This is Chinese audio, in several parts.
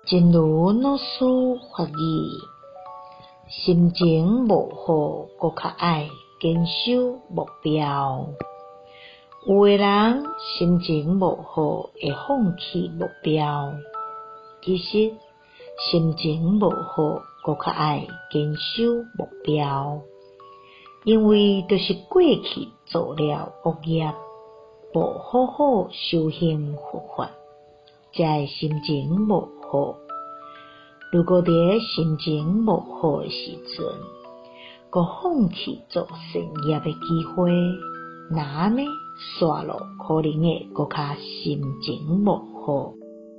正如老师发言，心情无好，搁较爱坚守目标。有的人心情无好，会放弃目标。其实心情无好，搁较爱坚守目标，因为就是过去做了恶业，无好好修行佛法，才会心情无好。如果伫心情无好的时阵，搁放弃做善业的机会，那安尼煞路可能会搁较心情无好。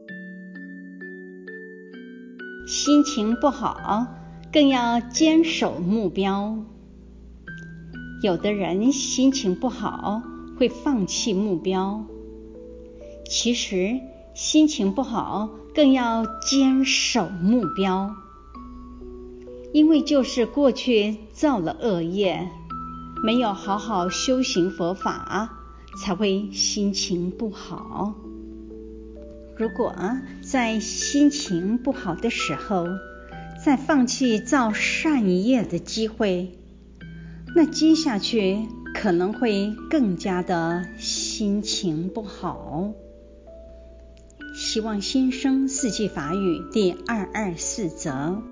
心情不好，更要坚守目标。有的人心情不好，会放弃目标。其实心情不好，更要坚守目标。因为就是过去造了恶业，没有好好修行佛法，才会心情不好。如果在心情不好的时候，再放弃造善业的机会，那接下去可能会更加的心情不好。希望新生四季法语第224则。